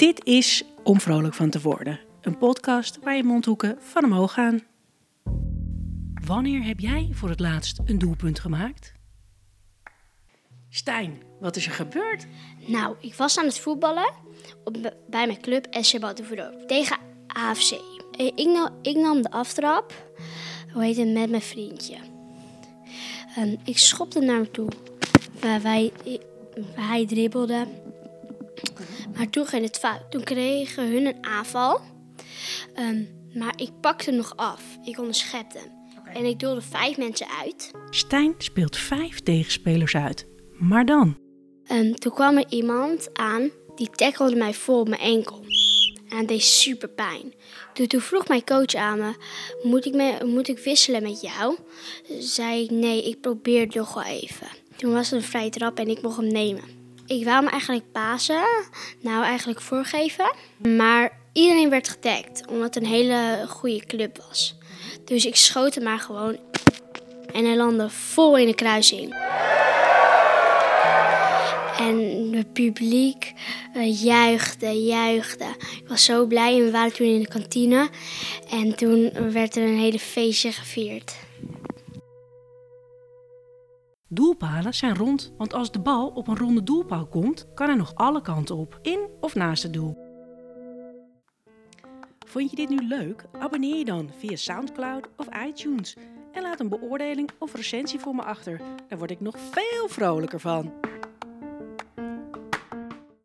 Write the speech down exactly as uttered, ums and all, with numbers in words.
Dit is Om vrolijk van te worden. Een podcast waar je mondhoeken van omhoog gaan. Wanneer heb jij voor het laatst een doelpunt gemaakt? Stijn, wat is er gebeurd? Nou, ik was aan het voetballen op, bij mijn club S C Batuverdorp tegen A F C. Ik nam, ik nam de aftrap, hoe heet het, met mijn vriendje. Um, ik schopte naar hem toe, waar, wij, waar hij dribbelde. Maar toen ging het fout. Toen kregen hun een aanval, um, maar ik pakte hem nog af. Ik onderschepte hem. Okay. En ik doelde vijf mensen uit. Stijn speelt vijf tegenspelers uit. Maar dan? Um, toen kwam er iemand aan die tackelde mij vol op mijn enkel. En het deed super pijn. Toen, toen vroeg mijn coach aan me, moet ik, me, moet ik wisselen met jou? Zei ik, nee, ik probeer het nog wel even. Toen was het een vrije trap en ik mocht hem nemen. Ik wou hem eigenlijk pasen, nou eigenlijk voorgeven. Maar iedereen werd getagd, omdat het een hele goede club was. Dus ik schoot hem maar gewoon. En hij landde vol in de kruising. En het publiek uh, juichte, juichte. Ik was zo blij en we waren toen in de kantine. En toen werd er een hele feestje gevierd. Doelpalen zijn rond, want als de bal op een ronde doelpaal komt, kan hij nog alle kanten op, in of naast het doel. Vond je dit nu leuk? Abonneer je dan via Soundcloud of iTunes. En laat een beoordeling of recensie voor me achter. Daar word ik nog veel vrolijker van.